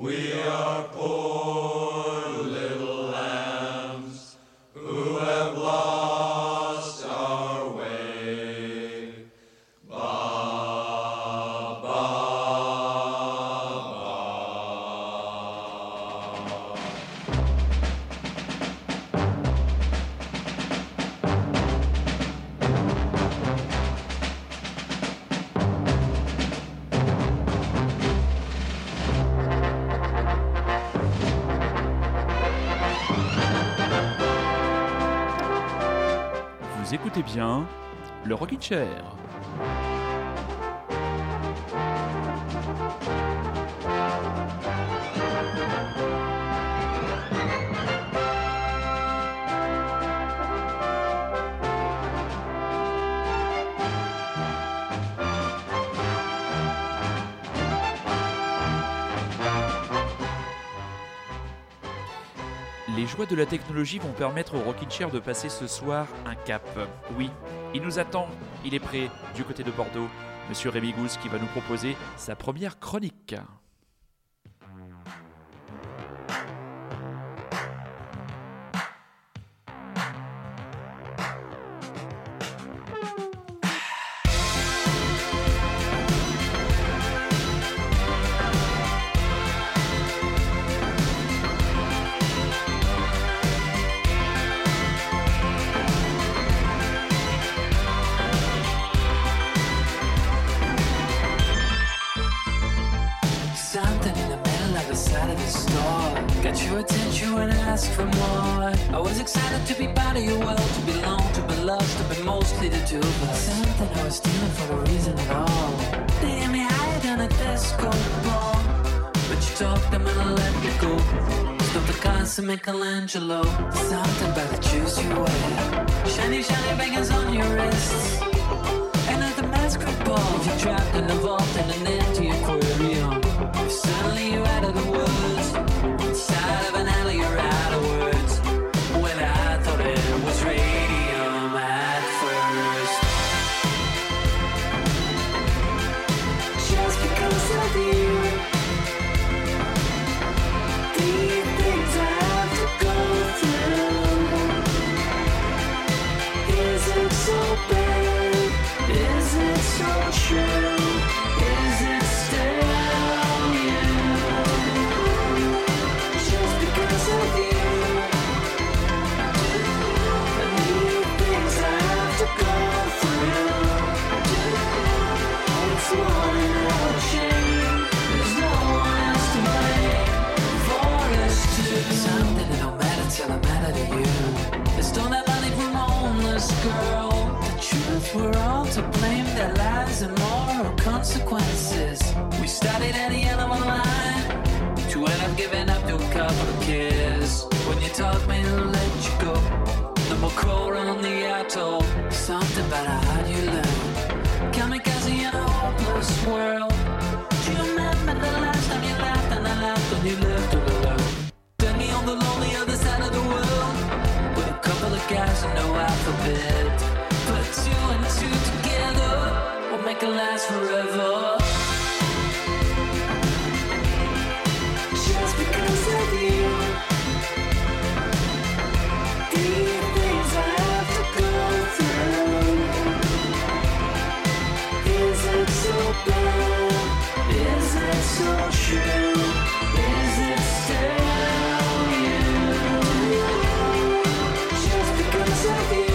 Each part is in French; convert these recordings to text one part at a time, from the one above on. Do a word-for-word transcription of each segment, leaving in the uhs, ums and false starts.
We are poor little lambs who have lost our way. Ba, ba, ba. Vous écoutez bien le Rockin' Chair. Les joies de la technologie vont permettre au Rockin' Chair de passer ce soir un cap. Oui, il nous attend, il est prêt, du côté de Bordeaux. Monsieur Rémi Gousse qui va nous proposer sa première chronique. Something in the middle of the side of the store got your attention when I asked for more. I was excited to be part of your world, to belong, to be lost, to be mostly the two of us. Something I was stealing for no reason at all. They had me higher than a disco ball, but you talked them and I let me go. Stop the cars to Michelangelo. Something about the shoes you wear, shiny, shiny bangers on your wrists. And at the basketball, you're trapped in a vault in an empty aquarium. Suddenly you're out of the woods, inside of an alley you're out of words. When I thought it was radium at first. Just because of you, the things I have to go through. Is it so bad? Is it so true? Is it still? Something that don't matter till I matter to you. They stole that money from a homeless girl. The truth, we're all to blame. Their lives and moral consequences. We started at the end of a line to end up giving up to a couple of kids. When you taught me to let you go, no more coal on the atoll. Something about how you learn. Kamikaze in a hopeless world. Do you remember the last time you laughed and I laughed when you left all alone? Send me on the lonely other side of the world with a couple of guys and no alphabet. Put two and two together, we'll make it last forever. Just because of you, the things I have to go through. Is it so bad? Is it so true? Is it still? Just because of you.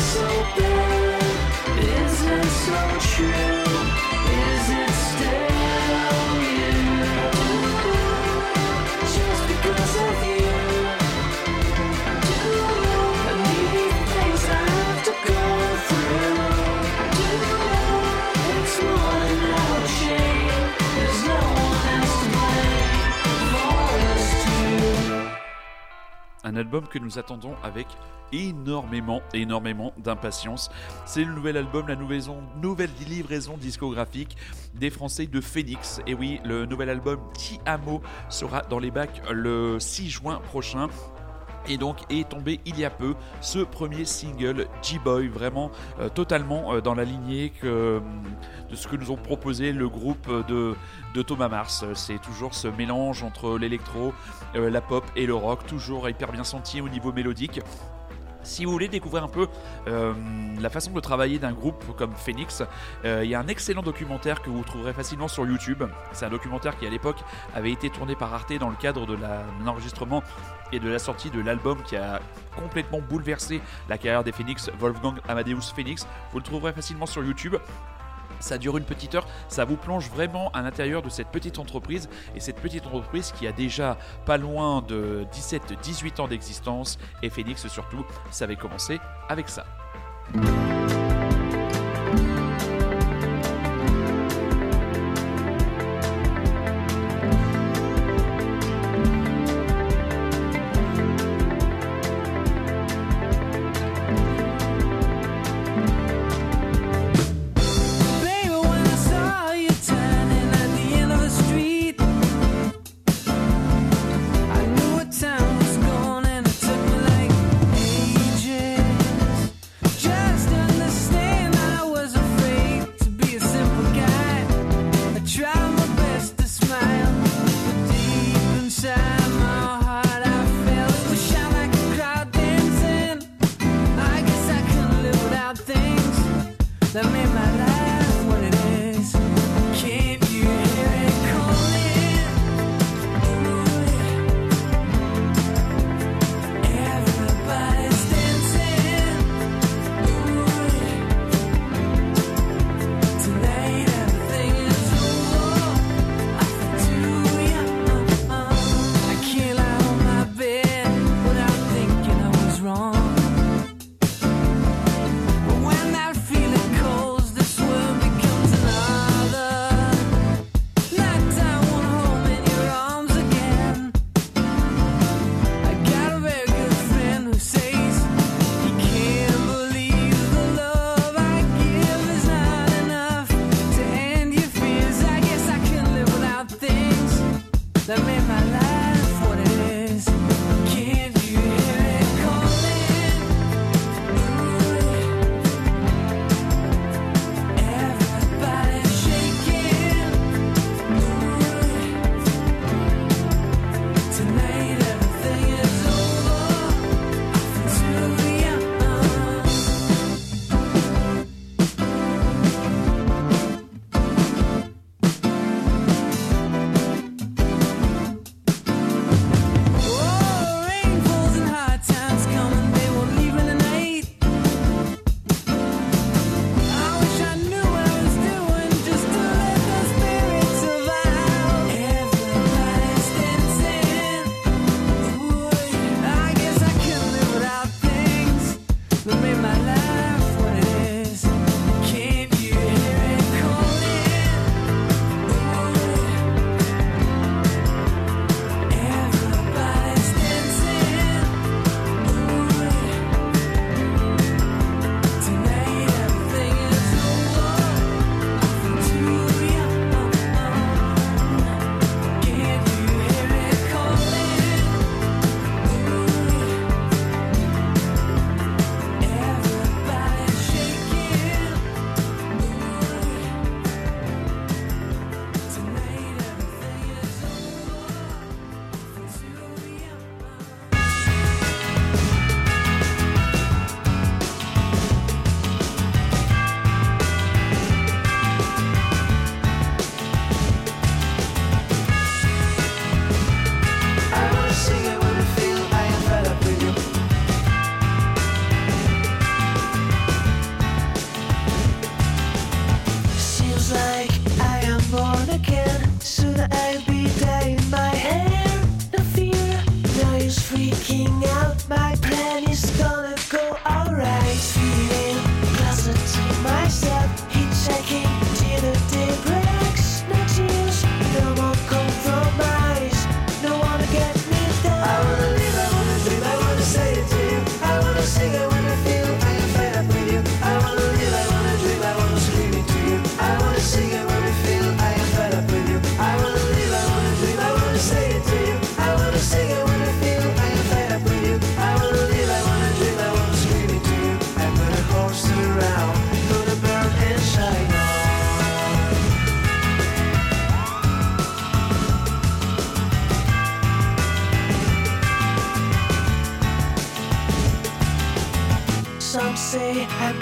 so true? Is it still? un album que nous attendons avec énormément, énormément d'impatience. C'est le nouvel album, la nouvelle, nouvelle livraison discographique des Français de Phoenix. Et oui, le nouvel album Ti Amo sera dans les bacs le six juin prochain. Et donc est tombé il y a peu ce premier single G-Boy, vraiment euh, totalement euh, dans la lignée que, euh, de ce que nous ont proposé le groupe de, de Thomas Mars. C'est toujours ce mélange entre l'électro, euh, la pop et le rock, toujours hyper bien senti au niveau mélodique. Si vous voulez découvrir un peu euh, la façon de travailler d'un groupe comme Phoenix, euh, il y a un excellent documentaire que vous trouverez facilement sur YouTube. C'est un documentaire qui à l'époque avait été tourné par Arte dans le cadre de la, l'enregistrement et de la sortie de l'album qui a complètement bouleversé la carrière des Phoenix, Wolfgang Amadeus Phoenix. Vous le trouverez facilement sur YouTube. Ça dure une petite heure, ça vous plonge vraiment à l'intérieur de cette petite entreprise, et cette petite entreprise qui a déjà pas loin de dix-sept à dix-huit ans d'existence, et Phoenix surtout savait commencer avec ça. Just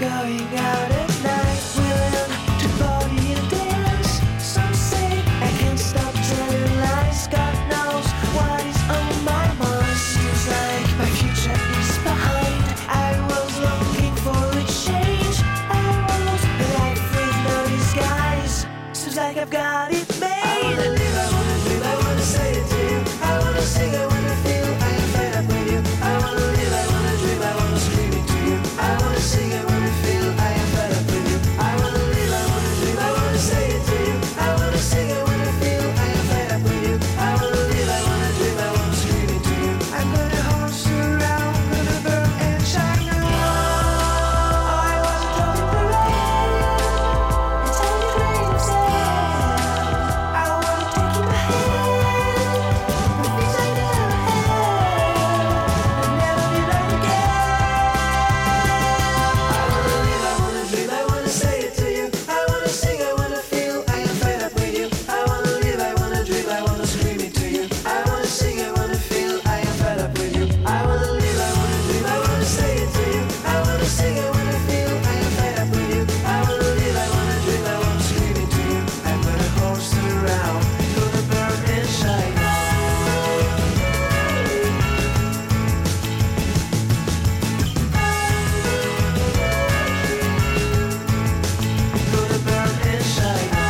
going out at night. We learn to party and dance. Some say I can't stop telling lies. God knows what is on my mind. Seems like my future is behind. I was looking for a change. I want a life with no disguise. Seems like I've got it made. I wanna live, I wanna dream, I wanna say it to you. I wanna sing, I wanna feel, I am fed up with you. I wanna live, I wanna dream, I wanna scream it to you. I wanna sing, I wanna feel, I am fed up with you. I wanna live, I wanna dream, I wanna say it to you. I wanna sing, I wanna feel, I am fed up with you. I wanna live, I wanna dream, I wanna scream it to you. I'm gonna horse around, gonna burn and shine on. I was a total parade, it's all the grain of sand. I wanna take you by hand, the things I never had, and never be back again. I wanna live, I wanna dream, I wanna say it to you. I wanna sing, I wanna feel, I am fed up with you. I wanna live, I wanna dream, I wanna scream it to you. I wanna sing, I wanna feel, I am fed up with you. I wanna live, I wanna dream, I wanna say it to you. I wanna sing, I wanna feel, I am fed up with you. I wanna live, I wanna dream, I wanna scream it to you. I'm gonna horse around, gonna burn and shine on. Gonna burn and shine on.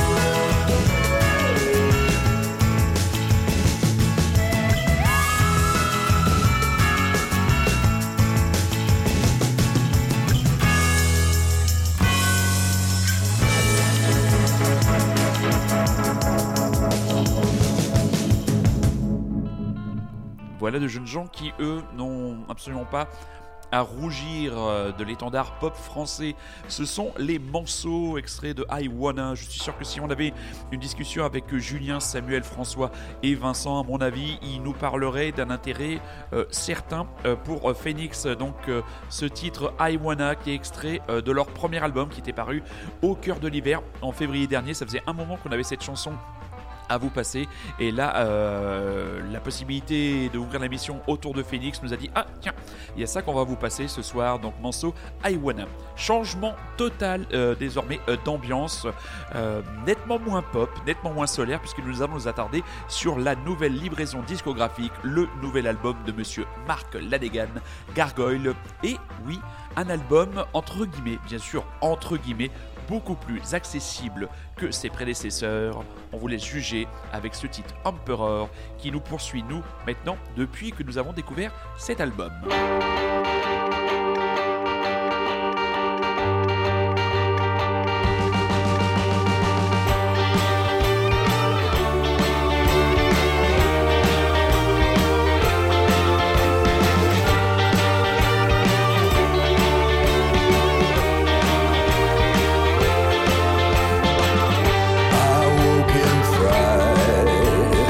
Voilà de jeunes gens qui, eux, n'ont absolument pas à rougir euh, de l'étendard pop français. Ce sont les Manceaux, extraits de I Wanna. Je suis sûr que si on avait une discussion avec Julien, Samuel, François et Vincent, à mon avis, ils nous parleraient d'un intérêt euh, certain euh, pour euh, Phoenix. Donc euh, ce titre I Wanna qui est extrait euh, de leur premier album qui était paru au cœur de l'hiver en février dernier. Ça faisait un moment qu'on avait cette chanson à vous passer, et là euh, la possibilité d'ouvrir l'émission autour de Phoenix nous a dit ah tiens, il y a ça qu'on va vous passer ce soir. Donc Manceaux, I Wanna. Changement total euh, désormais euh, d'ambiance, euh, nettement moins pop, nettement moins solaire, puisque nous allons nous attarder sur la nouvelle livraison discographique, le nouvel album de monsieur Mark Lanegan, Gargoyle. Et oui, un album entre guillemets, bien sûr entre guillemets, beaucoup plus accessible que ses prédécesseurs. On vous laisse juger avec ce titre Emperor qui nous poursuit nous maintenant depuis que nous avons découvert cet album.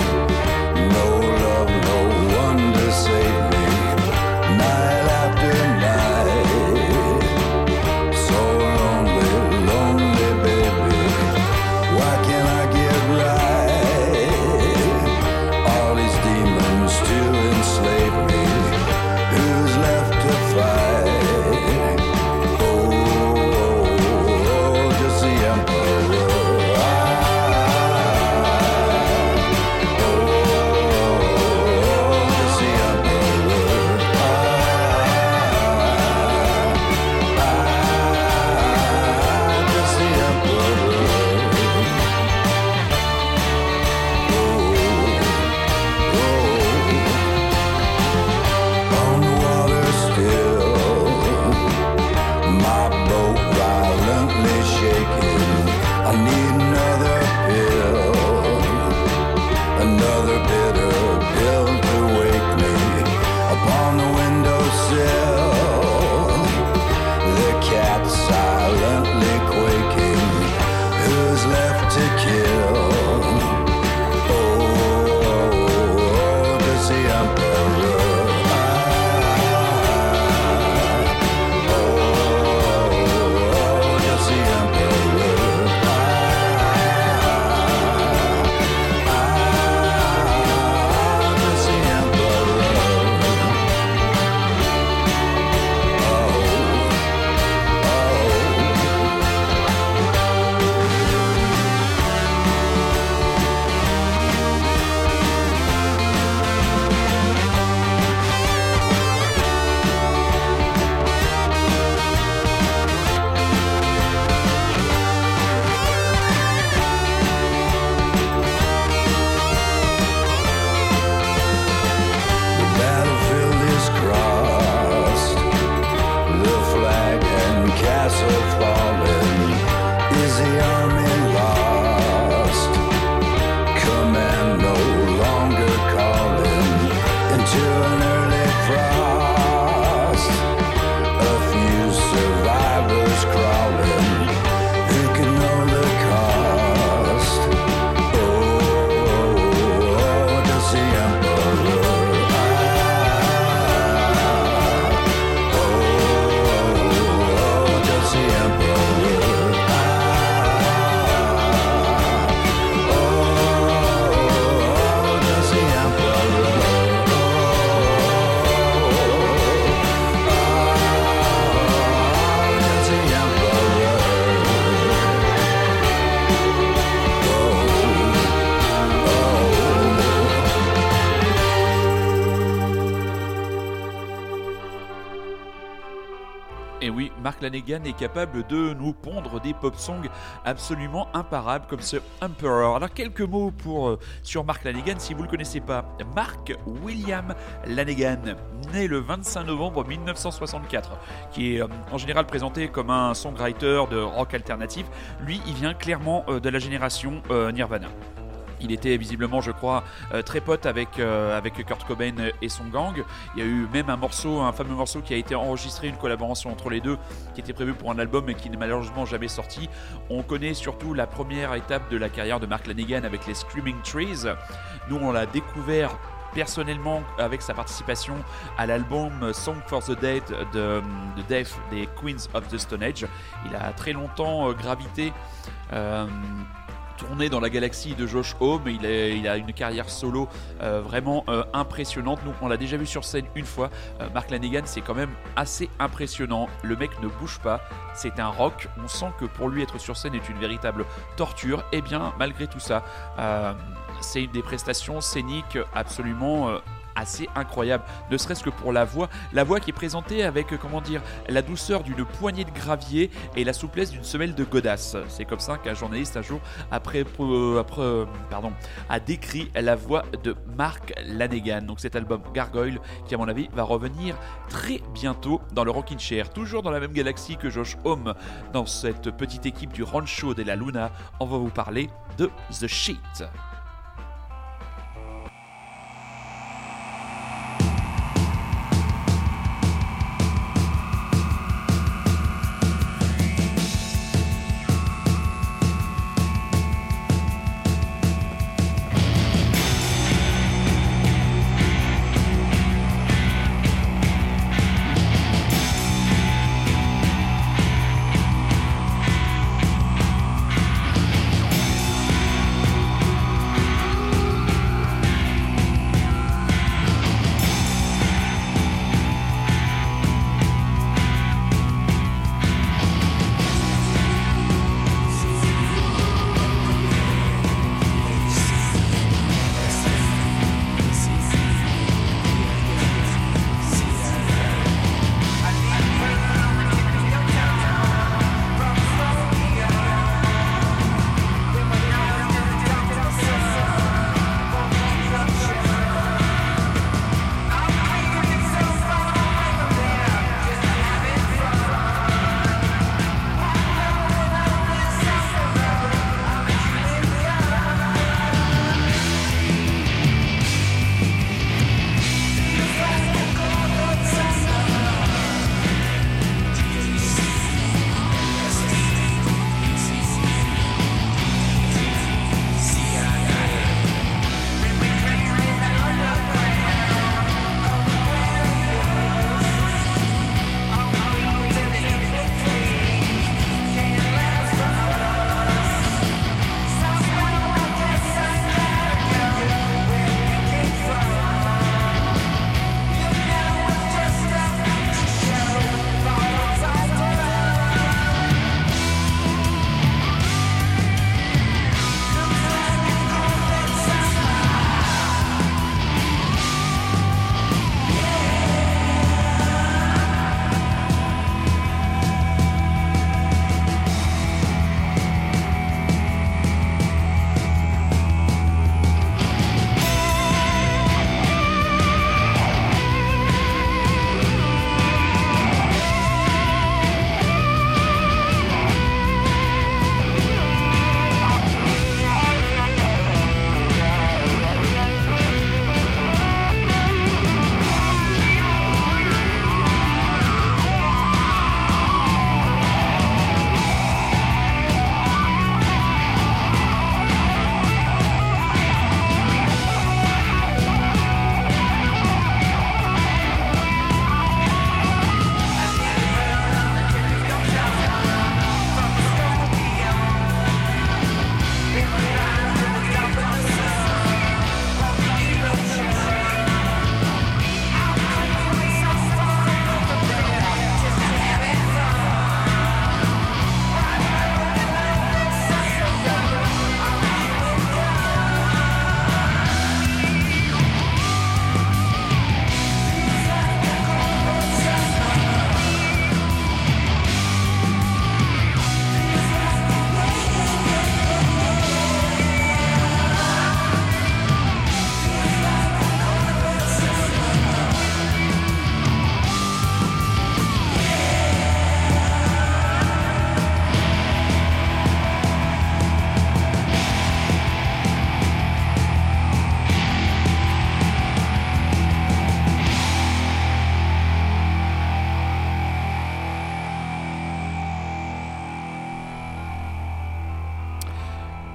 No love, no one to save me. Night after Is the army lost? Command no longer calling into an early frost. A few survivors crawling. Who can know the cost? Oh, oh, oh, does the emperor? Ah, oh, oh, oh, does the emperor? Ah, oh, does the emperor? Et oui, Mark Lanegan est capable de nous pondre des pop songs absolument imparables comme ce Emperor. Alors quelques mots pour, euh, sur Mark Lanegan si vous ne le connaissez pas. Mark William Lanegan, né le vingt-cinq novembre mille neuf cent soixante-quatre, qui est euh, en général présenté comme un songwriter de rock alternatif. Lui, il vient clairement euh, de la génération euh, Nirvana. Il était visiblement, je crois, euh, très pote avec, euh, avec Kurt Cobain et son gang. Il y a eu même un morceau, un fameux morceau qui a été enregistré, une collaboration entre les deux, qui était prévu pour un album mais qui n'est malheureusement jamais sorti. On connaît surtout la première étape de la carrière de Mark Lanegan avec les Screaming Trees. Nous, on l'a découvert personnellement avec sa participation à l'album Song for the Dead de, de Death des Queens of the Stone Age. Il a très longtemps euh, gravité euh, tourné dans la galaxie de Josh Homme. Il a, il a une carrière solo euh, vraiment euh, impressionnante. Nous, on l'a déjà vu sur scène une fois. Euh, Mark Lanegan, c'est quand même assez impressionnant. Le mec ne bouge pas. C'est un rock. On sent que pour lui, être sur scène est une véritable torture. Et bien, malgré tout ça, euh, c'est une des prestations scéniques absolument euh, assez incroyable, ne serait-ce que pour la voix, la voix qui est présentée avec, comment dire, la douceur d'une poignée de gravier et la souplesse d'une semelle de godasse. C'est comme ça qu'un journaliste un jour après, euh, après euh, pardon, a décrit la voix de Mark Lanegan. Donc cet album Gargoyle qui à mon avis va revenir très bientôt dans le Rockin' Chair, toujours dans la même galaxie que Josh Homme. Dans cette petite équipe du Rancho de la Luna, on va vous parler de The Sheet.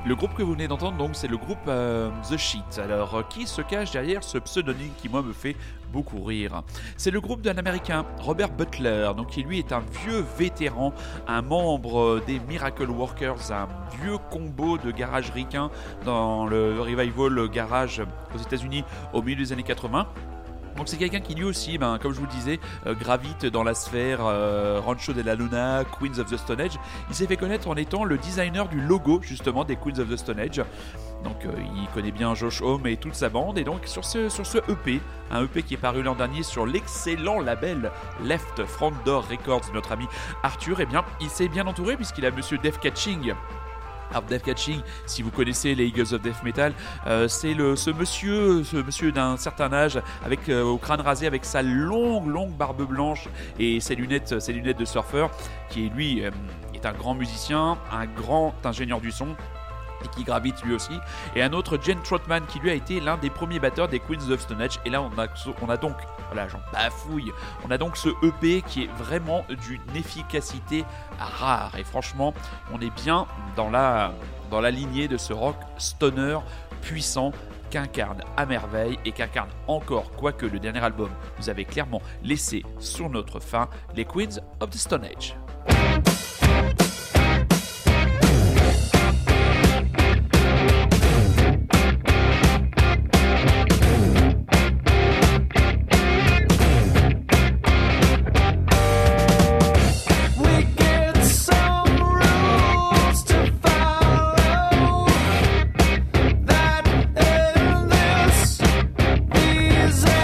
Le groupe que vous venez d'entendre, donc, c'est le groupe euh, The Sheet. Alors, euh, qui se cache derrière ce pseudonyme qui, moi, me fait beaucoup rire? C'est le groupe d'un Américain, Robert Butler, donc, qui lui est un vieux vétéran, un membre des Miracle Workers, un vieux combo de garage ricain dans le revival garage aux États-Unis au milieu des années quatre-vingts. Donc c'est quelqu'un qui lui aussi, ben, comme je vous le disais, euh, gravite dans la sphère euh, Rancho de la Luna, Queens of the Stone Age. Il s'est fait connaître en étant le designer du logo justement des Queens of the Stone Age. Donc euh, il connaît bien Josh Homme et toute sa bande. Et donc sur ce, sur ce E P, un E P qui est paru l'an dernier sur l'excellent label Left Front Door Records de notre ami Arthur, eh bien il s'est bien entouré puisqu'il a monsieur Dave Catching. Alors Dave Catching, si vous connaissez les Eagles of Death Metal, euh, c'est le, ce monsieur, ce monsieur d'un certain âge, avec euh, au crâne rasé, avec sa longue, longue barbe blanche et ses lunettes, ses lunettes de surfeur, qui lui euh, est un grand musicien, un grand ingénieur du son. Et qui gravite lui aussi, et un autre Jen Trotman qui lui a été l'un des premiers batteurs des Queens of Stone Age. Et là on a, on a donc, voilà j'en bafouille, on a donc ce E P qui est vraiment d'une efficacité rare, et franchement on est bien dans la, dans la lignée de ce rock stoner puissant qu'incarne à merveille et qu'incarne encore, quoique le dernier album nous avait clairement laissé sur notre faim, les Queens of the Stone Age.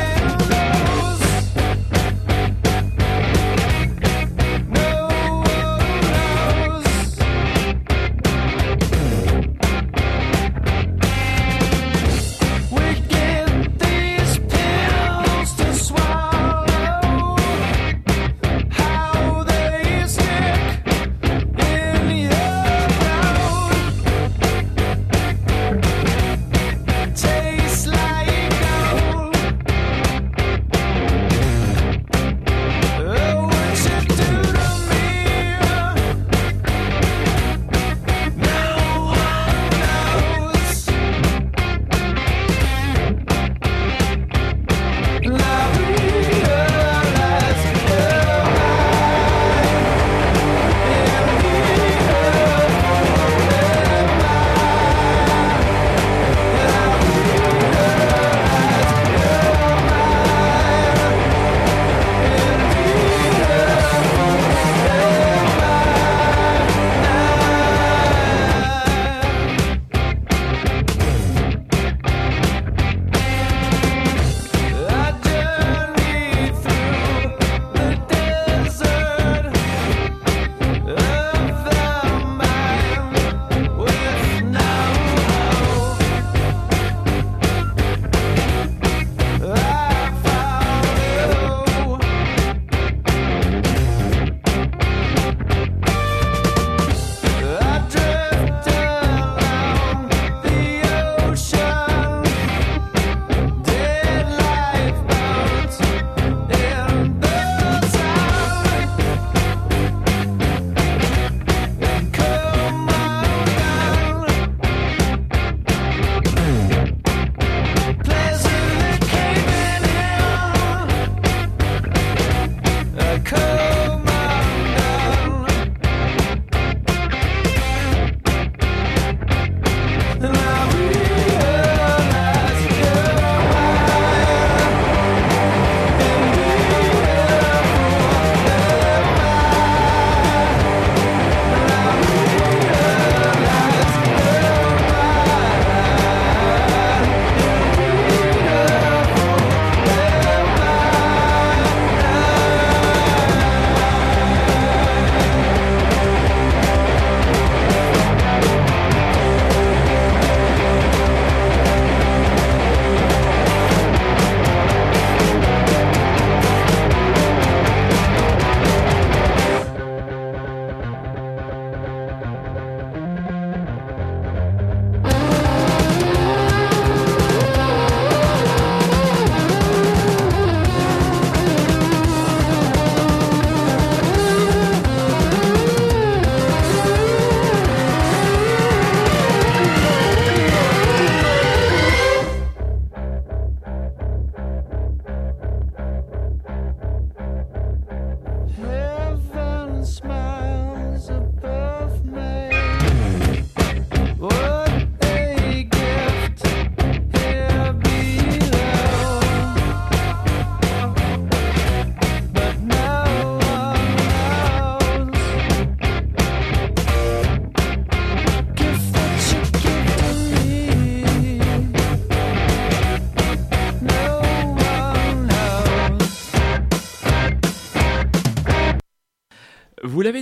No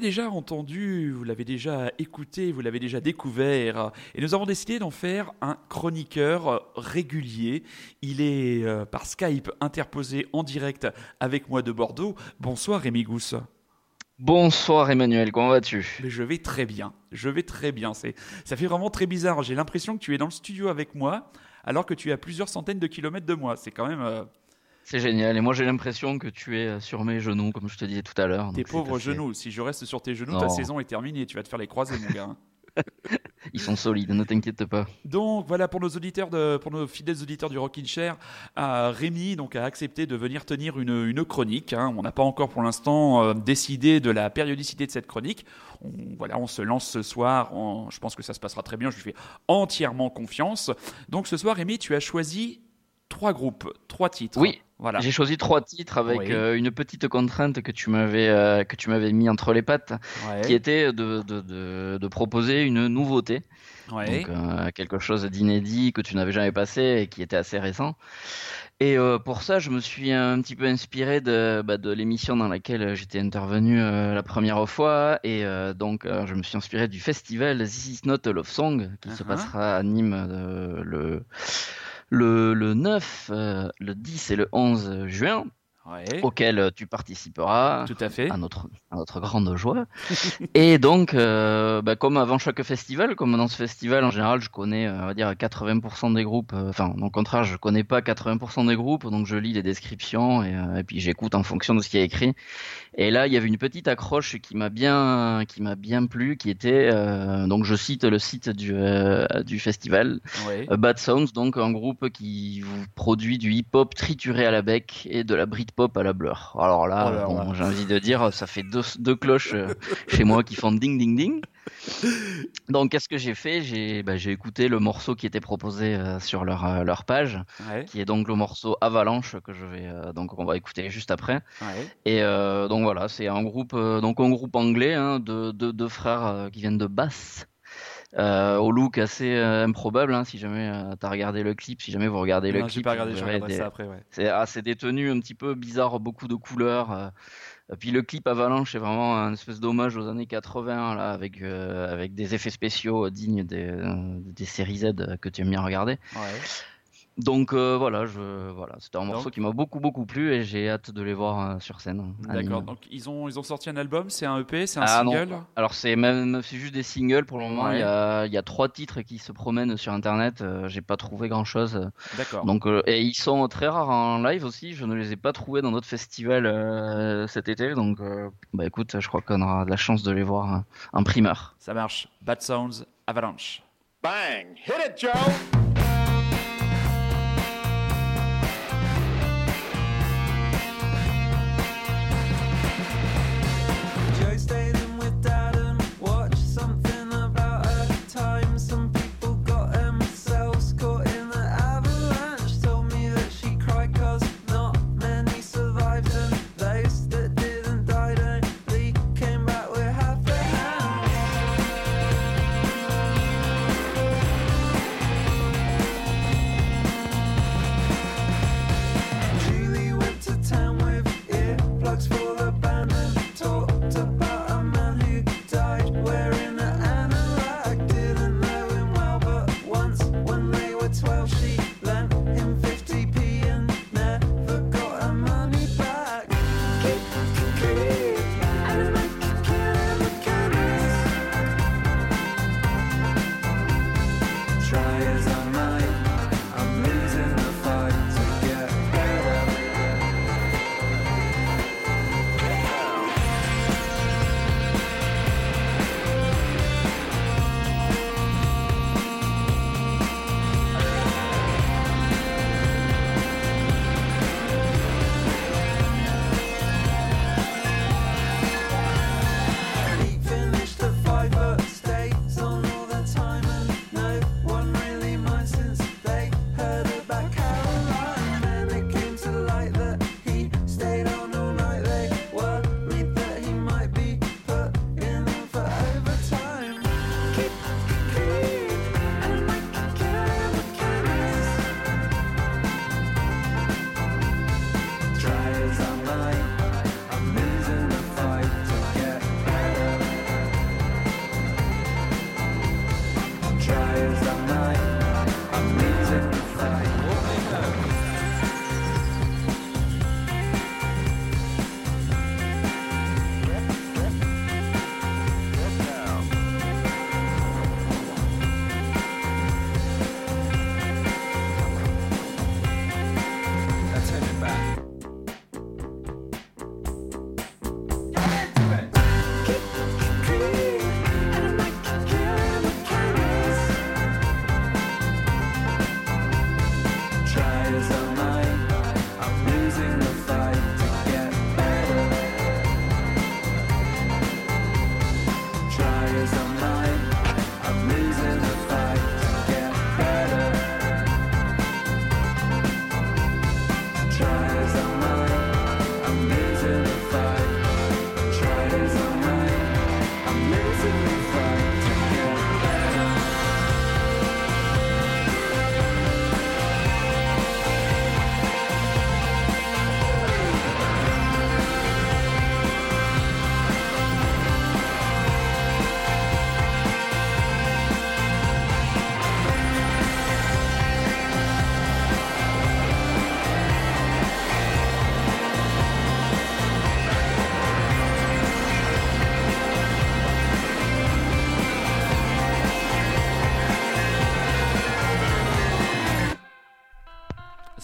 déjà entendu, vous l'avez déjà écouté, vous l'avez déjà découvert, et nous avons décidé d'en faire un chroniqueur régulier. Il est euh, par Skype interposé en direct avec moi de Bordeaux. Bonsoir Rémi Gousse. Bonsoir Emmanuel, comment vas-tu ? Mais je vais très bien, je vais très bien. C'est, ça fait vraiment très bizarre. J'ai l'impression que tu es dans le studio avec moi, alors que tu es à plusieurs centaines de kilomètres de moi. C'est quand même... Euh... C'est génial, et moi j'ai l'impression que tu es sur mes genoux, comme je te disais tout à l'heure. Tes donc pauvres c'est assez- genoux, si je reste sur tes genoux, Non. ta saison est terminée. Tu vas te faire les croisés, mon gars. Ils sont solides, ne t'inquiète pas. Donc voilà, pour nos auditeurs, de, pour nos fidèles auditeurs du Rockin' Chair, euh, Rémi donc, a accepté de venir tenir une, une chronique. Hein. On n'a pas encore pour l'instant euh, décidé de la périodicité de cette chronique. On, voilà, on se lance ce soir. On- je pense que ça se passera très bien. Je lui fais entièrement confiance. Donc ce soir, Rémi, tu as choisi trois groupes, trois titres. Oui. Voilà. J'ai choisi trois titres avec Oui. euh, une petite contrainte que tu m'avais euh, que tu m'avais mis entre les pattes, Ouais. qui était de, de, de, de proposer une nouveauté, Ouais. donc euh, quelque chose d'inédit que tu n'avais jamais passé et qui était assez récent. Et euh, pour ça, je me suis un petit peu inspiré de, bah, de l'émission dans laquelle j'étais intervenu euh, la première fois. Et euh, donc, euh, je me suis inspiré du festival This Is Not a Love Song, qui se Uh-huh. passera à Nîmes euh, le, le, le neuf, euh, le dix et le onze juin, Ouais. auquel tu participeras. Tout à fait. À notre, à notre grande joie. Et donc, euh, bah, comme avant chaque festival, comme dans ce festival, en général, je connais, euh, on va dire, quatre-vingts pour cent des groupes. euh, Enfin, au contraire, je connais pas quatre-vingts pour cent des groupes, donc je lis les descriptions et, euh, et puis j'écoute en fonction de ce qui est écrit. Et là, il y avait une petite accroche qui m'a bien, qui m'a bien plu, qui était, euh, donc je cite le site du, euh, du festival, Ouais. euh, Bad Sounds, donc un groupe qui vous produit du hip-hop trituré à la bec et de la Britpop à la Blur. Alors là, Oh là bon, là. j'ai envie de dire, ça fait deux, deux cloches euh, chez moi qui font ding ding ding. Donc qu'est-ce que j'ai fait ? J'ai bah, j'ai écouté le morceau qui était proposé euh, sur leur, euh, leur page, Ouais. qui est donc le morceau Avalanche que je vais euh, donc on va écouter juste après. Ouais. Et euh, donc voilà, c'est un groupe euh, donc un groupe anglais hein, de deux de frères euh, qui viennent de Bath. Euh, au look assez euh, improbable, hein, si jamais euh, t'as regardé le clip, si jamais vous regardez le Non, j'ai clip, pas regardé, vous je verrez regarderai des- ça après. Ouais. c'est ah, c'est des tenues un petit peu bizarres, beaucoup de couleurs. euh. Et puis le clip Avalanche, c'est vraiment un espèce d'hommage aux années quatre-vingts, là, avec, euh, avec des effets spéciaux dignes des, euh, des séries Z que tu aimes bien regarder. Ouais. Donc euh, voilà, je, voilà, c'était un morceau Donc- qui m'a beaucoup beaucoup plu et j'ai hâte de les voir euh, sur scène. à D'accord. Nîmes. Donc ils ont ils ont sorti un album, c'est un E P, c'est un Ah, non. single. Alors c'est même c'est juste des singles pour le moment. Ouais. Il y a il y a trois titres qui se promènent sur internet. euh, j'ai pas trouvé grand chose. D'accord. Donc euh, et ils sont très rares en live aussi. Je ne les ai pas trouvés dans d'autres festivals euh, cet été. Donc euh, bah écoute, je crois qu'on aura de la chance de les voir euh, en primeur. Ça marche. Bad Sounds, Avalanche. Bang! Hit it, Joe! Joe stayed in with Dad and watched something about a time some people got themselves caught in an avalanche. Told me that she cried 'cause not many survived and those that didn't die only came back with half a hand.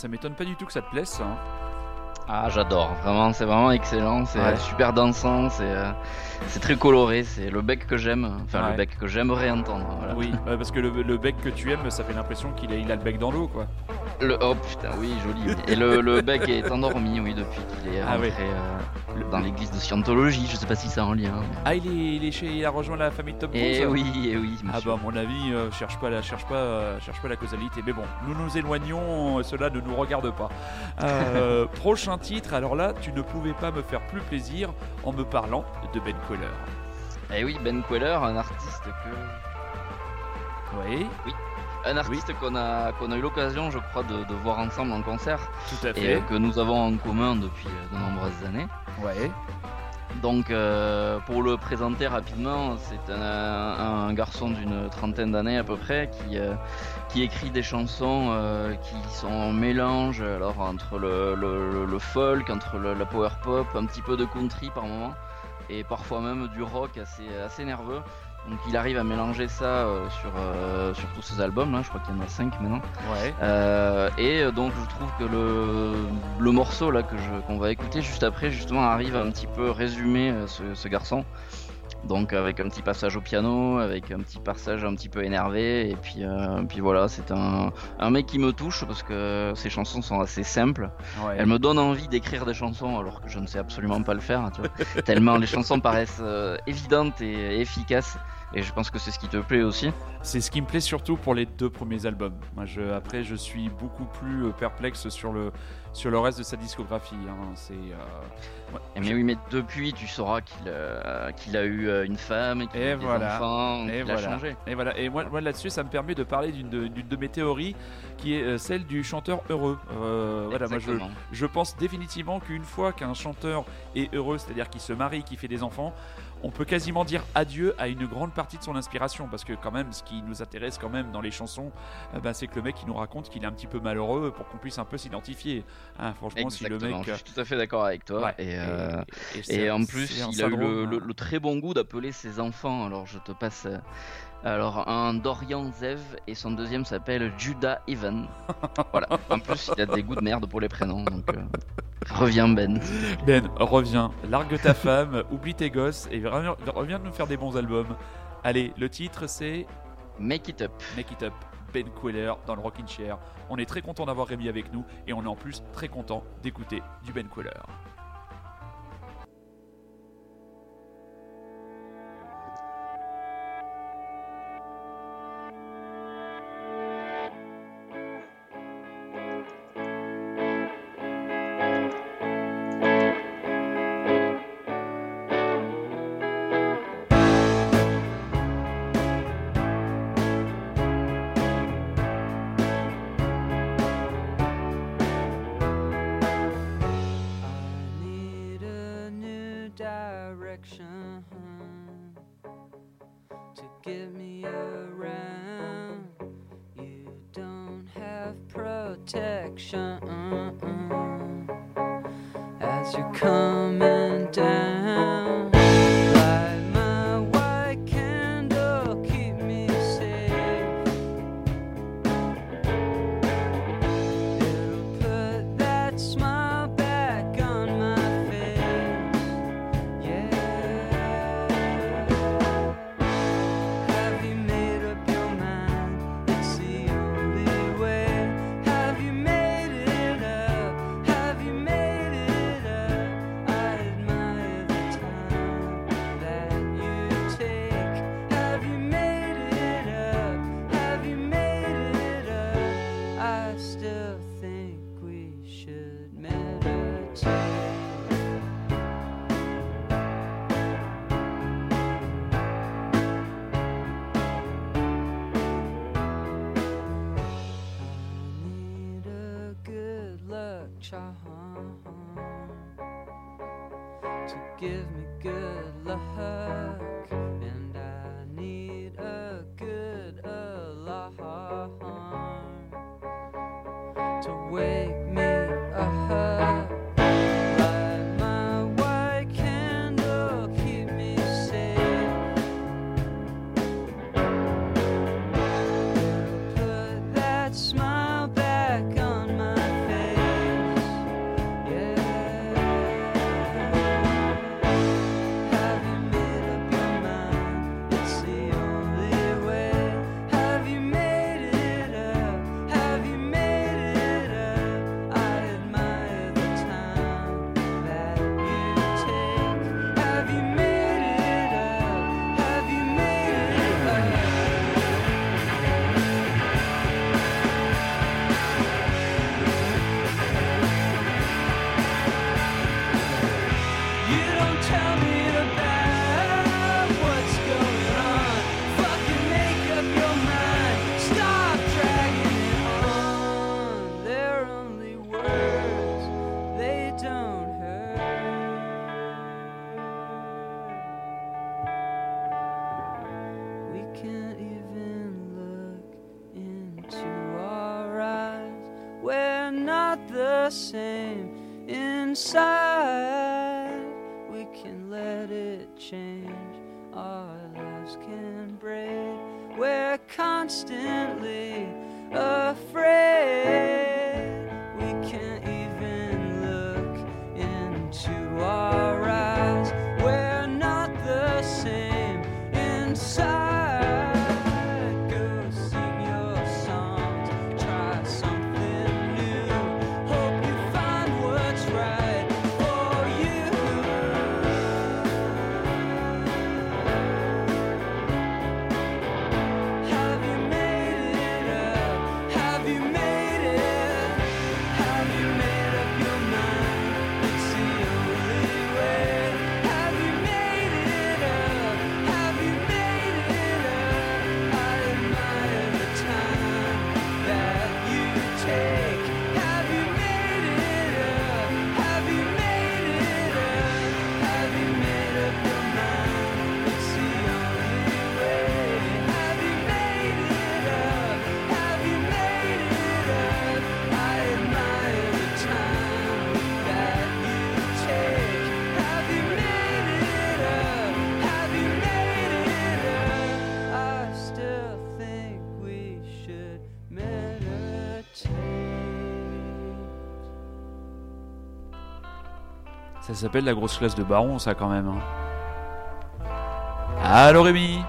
ça m'étonne pas du tout que ça te plaise, ça. Hein. Ah, j'adore, vraiment, c'est vraiment excellent, c'est Ouais. super dansant, c'est euh, c'est très coloré, c'est le bec que j'aime, enfin Ouais. le bec que j'aimerais entendre. Voilà. Oui, euh, parce que le, le bec que tu aimes, ça fait l'impression qu'il a, il a le bec dans l'eau, quoi. Le, oh putain, oui, joli. Oui. Et le, le bec est endormi, oui, depuis qu'il est Ah rentré oui. euh, dans l'église de Scientologie, je sais pas si c'est en lien. mais- Ah, il est, il est chez, il a rejoint la famille de Tom Cruise. Eh oui, eh oui, Ah monsieur. bah à mon avis, euh, cherche pas la, cherche pas, euh, cherche pas la causalité. Mais bon, nous nous éloignons, euh, cela ne nous regarde pas. Euh, prochain titre. Alors là, tu ne pouvais pas me faire plus plaisir en me parlant de Ben Queller. Eh oui, Ben Queller, un artiste que... Oui, Un artiste qu'on a, qu'on a eu l'occasion, je crois, de, de voir ensemble en concert tout à et fait. euh, que nous avons en commun depuis euh, de nombreuses années. Ouais. Donc, euh, pour le présenter rapidement, c'est un, un garçon d'une trentaine d'années à peu près qui, euh, qui écrit des chansons euh, qui sont un mélange alors, entre le, le, le folk, entre le, la power pop, un petit peu de country par moment et parfois même du rock assez, assez nerveux. Donc, il arrive à mélanger ça euh, sur, euh, sur tous ses albums, là, je crois qu'il y en a cinq maintenant. Ouais. Euh, et euh, donc je trouve que le, le morceau là que je, qu'on va écouter juste après justement arrive à un petit peu résumer euh, ce, ce garçon. Donc avec un petit passage au piano, avec un petit passage un petit peu énervé et puis, euh, puis voilà, c'est un, un mec qui me touche parce que ses chansons sont assez simples. Ouais. Elles me donnent envie d'écrire des chansons alors que je ne sais absolument pas le faire, tu vois. Tellement les chansons paraissent euh, évidentes et efficaces. Et je pense que c'est ce qui te plaît aussi. C'est ce qui me plaît surtout pour les deux premiers albums. Moi, je, après, je suis beaucoup plus euh, perplexe sur le, sur le reste de sa discographie. Hein. C'est, euh, ouais, Et mais oui, mais depuis, tu sauras qu'il euh, qu'il a eu euh, une femme, qu'il Et a eu voilà. des enfants, Et qu'il voilà. a changé. Et voilà. Et moi, moi là-dessus, ça me permet de parler d'une de, d'une de mes théories, qui est euh, celle du chanteur heureux. Euh, voilà, moi, je, Exactement. je pense définitivement qu'une fois qu'un chanteur est heureux, c'est-à-dire qu'il se marie, qu'il fait des enfants, on peut quasiment dire adieu à une grande partie de son inspiration, parce que quand même, ce qui nous intéresse quand même dans les chansons, euh, bah, c'est que le mec il nous raconte qu'il est un petit peu malheureux pour qu'on puisse un peu s'identifier. Hein, franchement, si le Exactement, mec, je suis tout à fait d'accord avec toi. Ouais. Et, euh, et, et c'est- en plus, c'est un il a eu syndrome, le, le- hein. le très bon goût d'appeler ses enfants. Alors, je te passe. euh, Alors, un Dorian Zev et son deuxième s'appelle Judah Evan. Voilà. En plus, il a des goûts de merde pour les prénoms. Donc, euh, reviens, Ben. Ben, reviens, largue ta femme, oublie tes gosses et reviens, reviens nous faire des bons albums. Allez, le titre c'est Make it up. Make It Up, Ben Queller dans le Rockin' Chair. On est très content d'avoir Rémi avec nous et on est en plus très content d'écouter du Ben Queller. I need a new direction to get me around. You don't have protection as you're coming down. Light my white candle, keep me safe. It'll put that smile back on my face. Yeah. Have you made up your mind? It's the only way. Have you made it up? Have you made it up? I admire the time that you take. Have you made it up? Have you made it up? I still think we should meditate. I need a good luck charm to give me good luck, and I need a good alarm to wake me up. Light my white candle, keep me safe. Put that smile back on my face. not the same inside. We can let it change, our lives can break. We're constantly afraid. We can't even look into our eyes. We're not the same inside. Go sing your songs, try something new. Hope you find what's right for you. Have you made it up? Have you made it? Have you made up your mind? It's the only way. Have you made it up? Have you made it up? I admire the time that you take. Have you made it up? Have you made it up? Have you made up your mind? It's the only way. Have you made it up? Have you made it up? I admire the time that you take. Have you made it up? Have you made it up? I still think we should meditate. Ça s'appelle la grosse classe de Baron, ça quand même. Hein. Allô Rémi.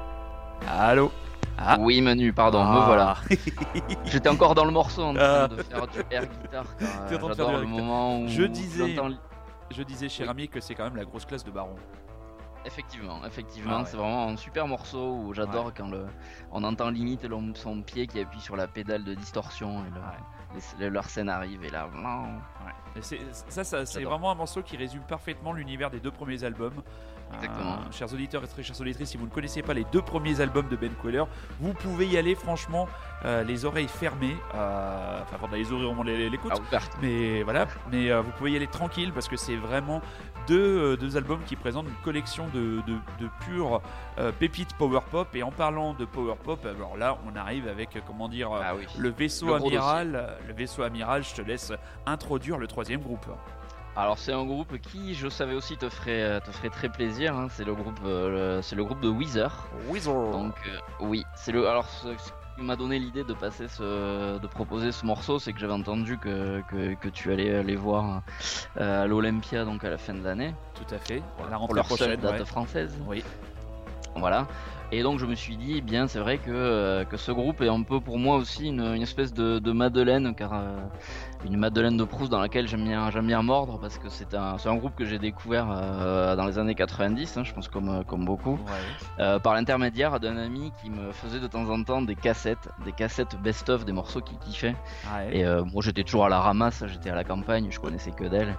Allô. Ah. Oui Manu, pardon, Ah. me voilà. J'étais encore dans le morceau en train Ah. de faire du air guitar car euh, T'es en train de faire j'adore du le air moment où Je disais- j'entends- Je disais, cher Oui. ami, que c'est quand même la grosse classe de Baron. Effectivement, effectivement, Ah ouais. c'est vraiment un super morceau où j'adore quand le, on entend limite le- son pied qui appuie sur la pédale de distorsion et le- les- leur scène arrive et là, Ouais. Et c'est- ça, ça c'est J'adore. vraiment un morceau qui résume parfaitement l'univers des deux premiers albums. Exactement. Euh, chers auditeurs et très chères auditrices, si vous ne connaissez pas les deux premiers albums de Ben Queller, vous pouvez y aller franchement euh, les oreilles fermées. Euh, enfin, quand les oreilles on les- l'écoute. à ouverte. Mais voilà, mais euh, vous pouvez y aller tranquille parce que c'est vraiment deux, euh, deux albums qui présentent une collection de, de, de pures euh, pépites power pop. Et en parlant de power pop, alors là, on arrive avec, euh, comment dire, euh, Ah oui. le vaisseau Le gros amiral. euh, Le vaisseau amiral, je te laisse introduire le troisième groupe. Alors c'est un groupe qui, je savais aussi, te ferait, euh, te ferait très plaisir. Hein. C'est le groupe, euh, le- c'est le groupe de Weezer. Weezer. Donc euh, oui, c'est le. Alors ce, ce qui m'a donné l'idée de passer ce, de proposer ce morceau, c'est que j'avais entendu que, que, que tu allais aller voir euh, à l'Olympia donc à la fin de l'année Tout à fait. pour, la pour rentrée leur seule prochaine. date ouais. française. Oui. Voilà. Et donc je me suis dit, eh bien c'est vrai que, euh, que ce groupe est un peu pour moi aussi une, une espèce de, de Madeleine, car euh, une Madeleine de Proust dans laquelle j'aime bien, j'aime bien mordre, parce que c'est un, c'est un groupe que j'ai découvert euh, dans les années quatre-vingt-dix, hein, je pense comme, comme beaucoup, Ouais. euh, par l'intermédiaire d'un ami qui me faisait de temps en temps des cassettes, des cassettes best-of, des morceaux qu'il kiffait. Ouais. Et euh, moi j'étais toujours à la ramasse, j'étais à la campagne, je connaissais que d'elle.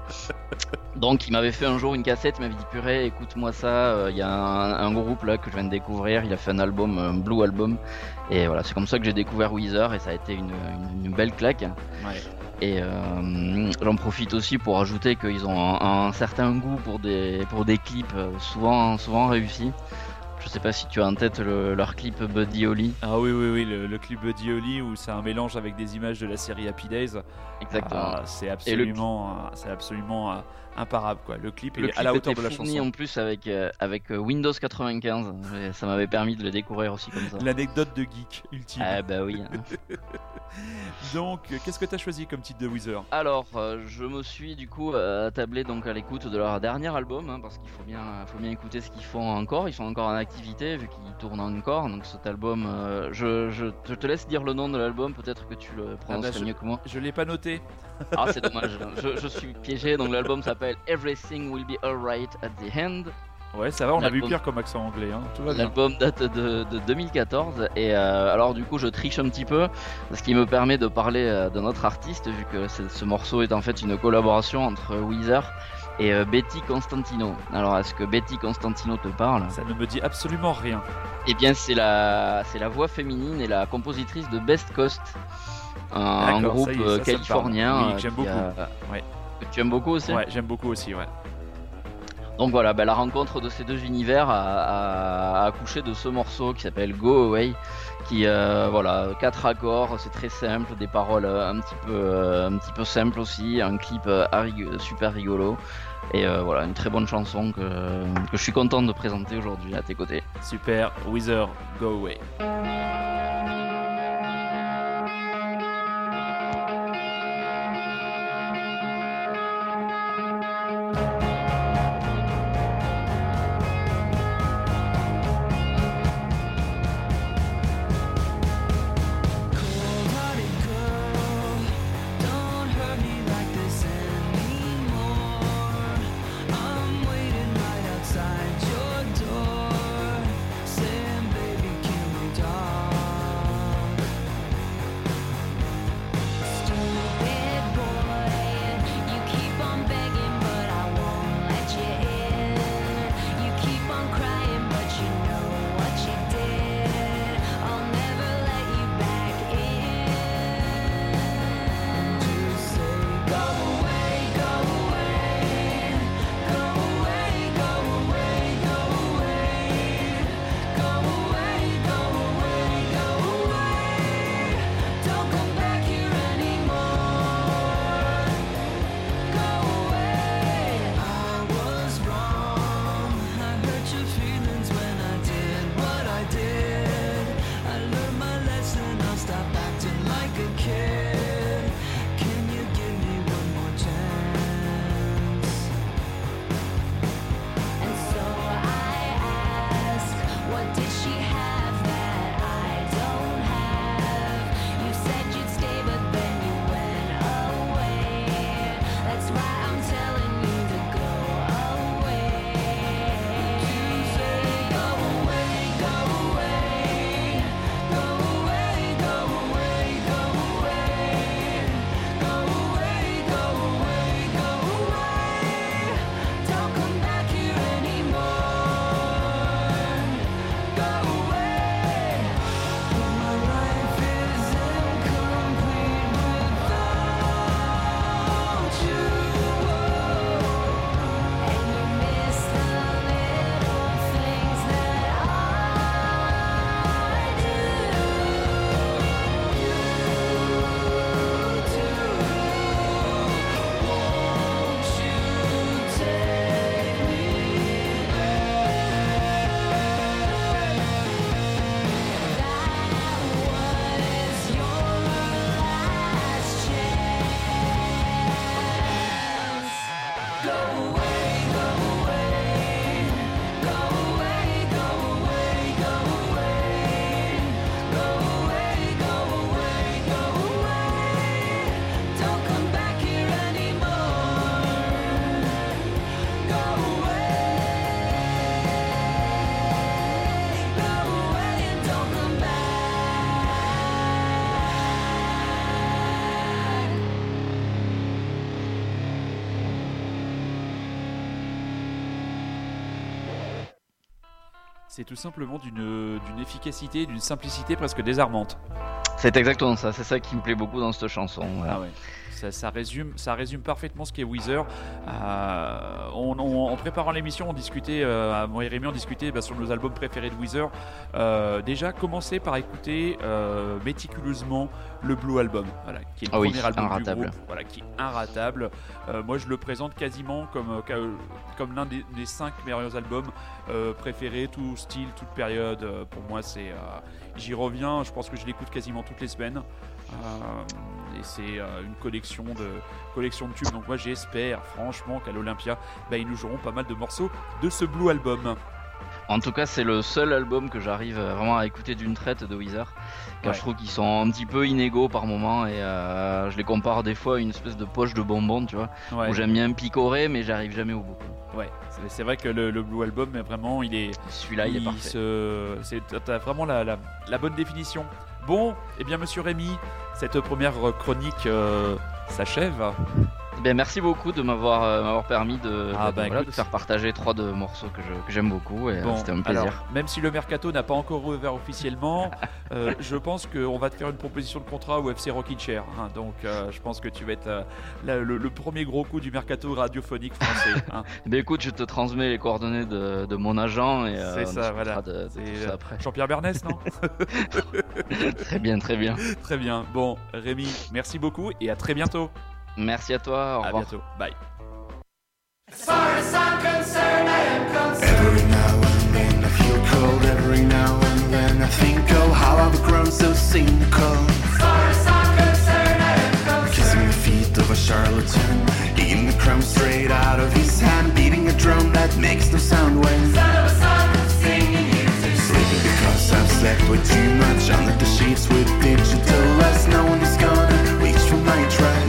Donc il m'avait fait un jour une cassette, il m'avait dit purée, écoute-moi ça, il y a un, un groupe là que je viens de découvrir, il a fait un album, un blue album. Et voilà, c'est comme ça que j'ai découvert Weezer et ça a été une, une, une belle claque. Ouais. Et euh, j'en profite aussi pour ajouter qu'ils ont un, un certain goût pour des, pour des clips euh, souvent, souvent réussis. Je sais pas si tu as en tête le- leur clip Buddy Holly. Ah oui, oui, oui, le, le clip Buddy Holly où c'est un mélange avec des images de la série Happy Days. Exactement. Ah, c'est absolument, euh, c'est absolument euh, imparable quoi. Le clip Le est clip à la hauteur était de la fourni chanson. en plus avec, euh, avec euh, Windows quatre-vingt-quinze. Et ça m'avait permis de le découvrir aussi comme ça. L'anecdote de geek ultime. Ah bah oui. hein. Donc, euh, qu'est-ce que t'as choisi comme titre de Weezer? Alors, euh, je me suis du coup euh, attablé donc à l'écoute de leur dernier album, hein, parce qu'il faut bien, faut bien écouter ce qu'ils font encore. Ils sont encore en activité vu qu'ils tournent encore. Donc cet album, euh, je, je, je te laisse dire le nom de l'album. Peut-être que tu le prononcerais Ah bah, je- mieux que moi. Je l'ai pas noté. Ah c'est dommage. je, je suis piégé. Donc l'album s'appelle Everything Will Be Alright at the End. Ouais, ça va, on a vu L'album- pire comme accent anglais. Hein. Tout va bien. L'album date de, de deux mille quatorze et euh, alors du coup je triche un petit peu, ce qui me permet de parler euh, de notre artiste vu que c'est- ce morceau est en fait une collaboration entre Weezer et euh, Betty Constantino. Alors est-ce que Betty Constantino te parle? Ça ne me dit absolument rien. Eh bien c'est la, c'est la voix féminine et la compositrice de Best Coast, un, un D'accord, groupe ça y est, euh, ça, ça me californien parle. Oui, euh, que j'aime qui a- beaucoup. Ouais. que tu aimes beaucoup aussi. Ouais, j'aime beaucoup aussi, ouais. Donc voilà, bah, la rencontre de ces deux univers a, a- a accouché de ce morceau qui s'appelle Go Away, qui euh, voilà, quatre accords, c'est très simple, des paroles euh, un petit peu, euh, un petit peu simples aussi, un clip euh, rig- super rigolo, et euh, voilà, une très bonne chanson que, que je suis content de présenter aujourd'hui à tes côtés. Super, Weezer, Go Away. Cold-hearted girl, don't hurt me like this anymore. I'm waiting right outside your door, saying, baby, can we talk? Stupid boy, you keep on begging, but I won't let you in. You keep on crying, but you know what you did. I'll never let you back in. Just say, go away, go away, go away, go away, go away, go away, go away, go away. Don't come back here anymore. Go away. I was wrong. I hurt your feelings when I did what I did. I learned my lesson. I'll stop acting like a kid. Can you give me one more chance? And so I ask, what did she have that I don't have? You said you'd stay, but then you went away. That's why I'm telling you to go away. Go away, go away, go away, go away, go away, go away, go away, go away. Don't come back here anymore. Go away. My life is incomplete without you. And you miss the little things that I do. You too. Won't you take me That was your last chance. Go away, go away, go away, go away, go away, go away, go away, go away. Don't come back here anymore. Go away, go away, and don't come back. C'est tout simplement d'une d'une efficacité, d'une simplicité presque désarmante. C'est exactement ça, c'est ça qui me plaît beaucoup dans cette chanson. Voilà. Ah ouais. Ça, ça résume, ça résume parfaitement ce qu'est Weezer. Euh, on- on- en préparant l'émission, on discutait, euh, moi et Rémi, on discutait bah, sur nos albums préférés de Weezer. Euh, déjà, commencer par écouter euh, méticuleusement le Blue Album, voilà, qui est le Ah oui, premier album inratable. du groupe, voilà, qui est inratable. Euh, moi, je le présente quasiment comme, euh, ca- comme l'un des, des cinq meilleurs albums euh, préférés, tout style, toute période. Euh, pour moi, c'est, euh, j'y reviens. Je pense que je l'écoute quasiment toutes les semaines. Euh, et c'est euh, une collection de, collection de tubes. Donc moi j'espère franchement qu'à l'Olympia, bah, ils nous joueront pas mal de morceaux de ce Blue Album. En tout cas, c'est le seul album que j'arrive euh, vraiment à écouter d'une traite de Weezer, car Ouais. je trouve qu'ils sont un petit peu inégaux par moment, et euh, je les compare des fois à une espèce de poche de bonbons, tu vois, Ouais, où j'aime bien picorer, mais j'arrive jamais au bout. ouais. C'est, c'est vrai que le, le Blue Album, mais vraiment, il est, Celui-là, il, est parfait. se- c'est, t'as vraiment la, la, la bonne définition. Bon, eh bien Monsieur Rémi, cette première chronique euh, s'achève. Ben, merci beaucoup de m'avoir, euh, m'avoir permis de, Ah, de- bah, voilà, écoute. de faire partager trois de morceaux que, je, que j'aime beaucoup et euh, Bon, c'était un plaisir. alors, même si le mercato n'a pas encore ouvert officiellement, euh, je pense qu'on va te faire une proposition de contrat au F C Rockin' Chair. hein. donc, euh, je pense que tu vas être euh, la- le, le premier gros coup du mercato radiophonique français. hein. Ben, écoute, je te transmets les coordonnées de, de mon agent et euh, C'est on ça, discutera voilà. de, de C'est, tout ça euh, après. Jean-Pierre Bernès, non Très bien, très bien. Très bien. Bon, Rémi, merci beaucoup et à très bientôt. Merci à toi, au À revoir. bientôt. Bye. Every now and then I feel cold. Every now and then I think, oh, how I've grown so cynical. Kissing the feet of a charlatan, eating the crumbs straight out of his hand, beating a drum that makes no sound when sleeping because I've slept way too much under the sheets with digital lust. No one is gonna reach for my trust.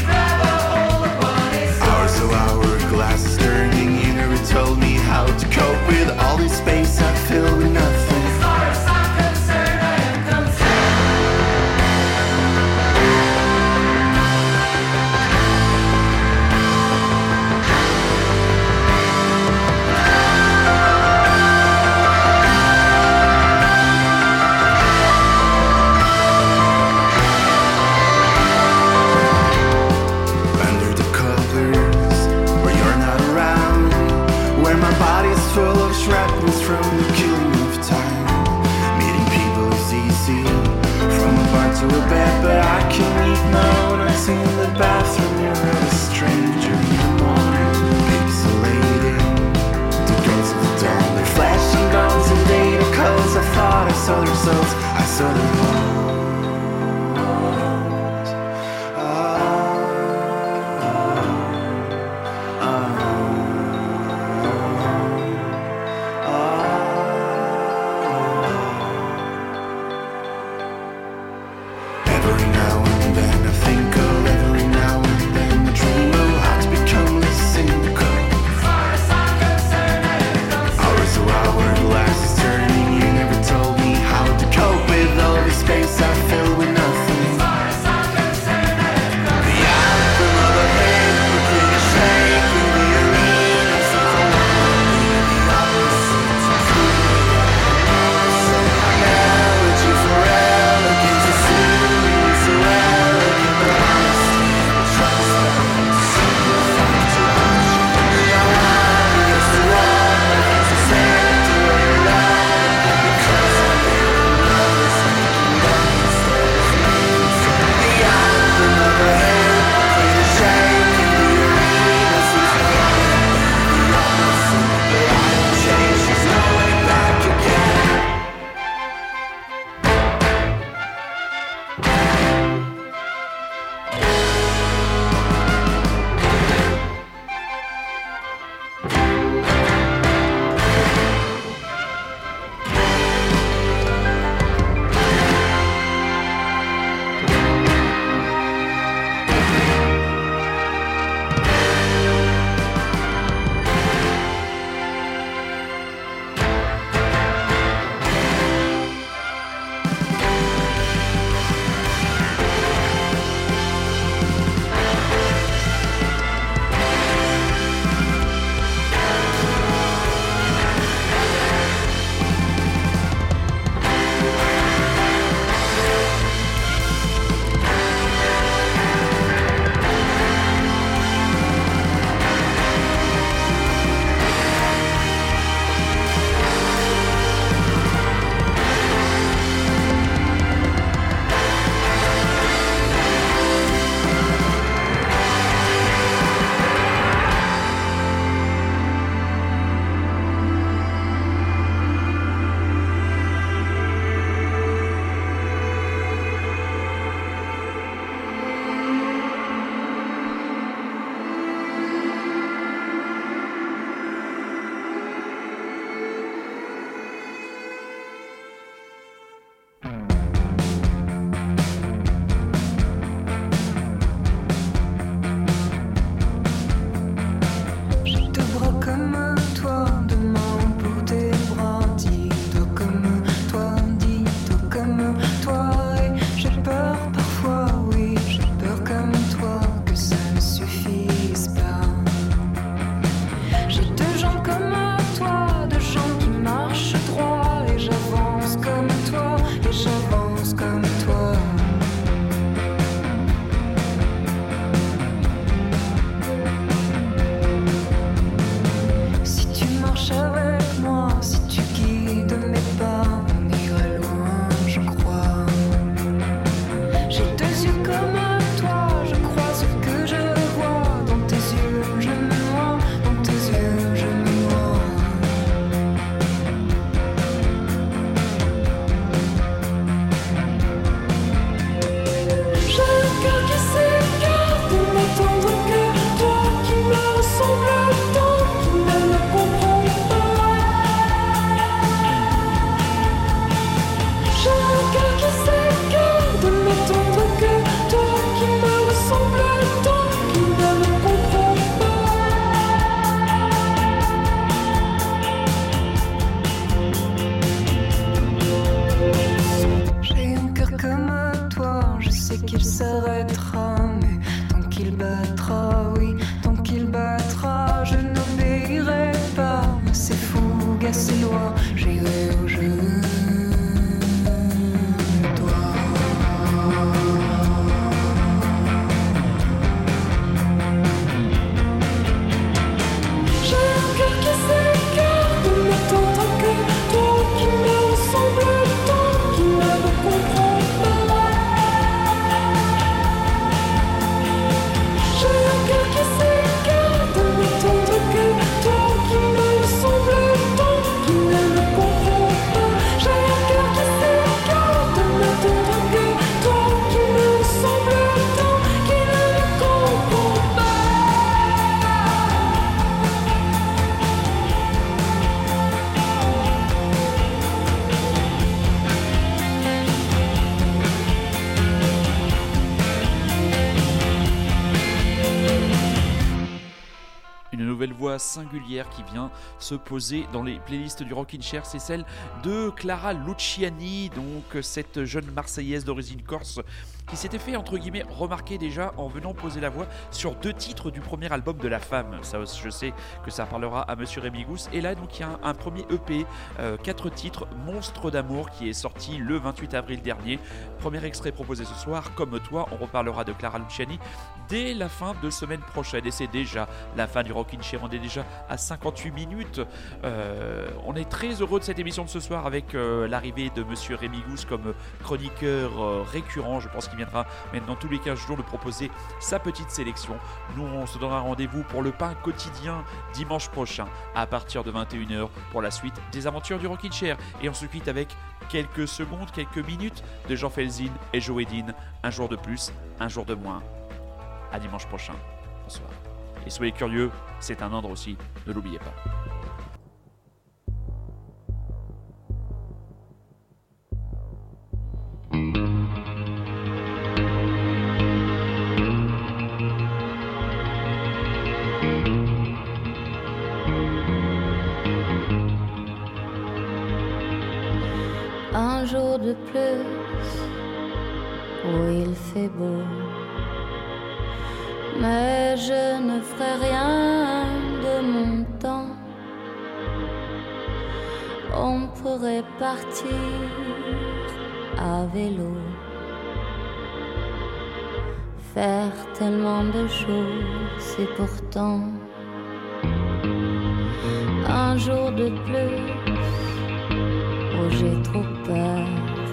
Hours of hourglass is turning. You never told me how to cope with all this space I fill with nothing. Under the covers, where you're not around, where my body is full of shrapnels from the killing of time. Meeting people is easy, from a bar to a bed, but I can eat my own. I see in the bathroom, you're a stranger in the morning, pixelated. The girls of the dawn, they're flashing guns and data, cause I thought I saw their souls, I saw their homes. Every now and then I think of, every now and then I dream of how to become less cynical. Hours of hourglass is turning. You never told me how to cope with all the space I je sais qu'il s'arrêtera, mais tant qu'il battra, oui, tant qu'il battra, je n'obéirai pas à ses fougues, à ses lois, j'irai au jeu. voix singulière qui vient se poser dans les playlists du Rockin' Chair, c'est celle de Clara Luciani, donc cette jeune Marseillaise d'origine corse qui s'était fait entre guillemets remarquer déjà en venant poser la voix sur deux titres du premier album de La Femme. Ça, je sais que ça parlera à Monsieur Rémi Gousse. Et là, donc, il y a un, un premier E P, euh, quatre titres, Monstre d'amour, qui est sorti le vingt-huit avril dernier. Premier extrait proposé ce soir, Comme toi. On reparlera de Clara Luciani dès la fin de semaine prochaine. Et c'est déjà la fin du Rockin' Chair. On est déjà à cinquante-huit minutes. Euh, on est très heureux de cette émission de ce soir avec euh, l'arrivée de Monsieur Rémi Gousse comme chroniqueur euh, récurrent. Je pense qu'il viendra maintenant tous les quinze jours de proposer sa petite sélection. Nous, on se donnera rendez-vous pour le pain quotidien dimanche prochain à partir de vingt et une heures pour la suite des aventures du Rockin' Chair. Et on se quitte avec quelques secondes, quelques minutes de Jean Felzin et Joe Edin. Un jour de plus, un jour de moins. À dimanche prochain. Bonsoir. Et soyez curieux, c'est un ordre aussi, ne l'oubliez pas. Un jour de plus où il fait beau, mais je ne ferai rien de mon temps. On pourrait partir à vélo, faire tellement de choses et pourtant un jour de plus où j'ai trop peur,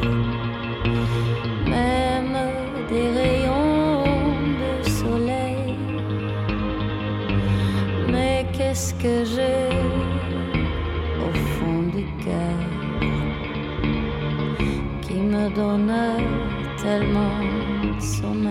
même des rayons de soleil. Mais qu'est-ce que j'ai au fond du cœur qui me donne tellement de sommeil?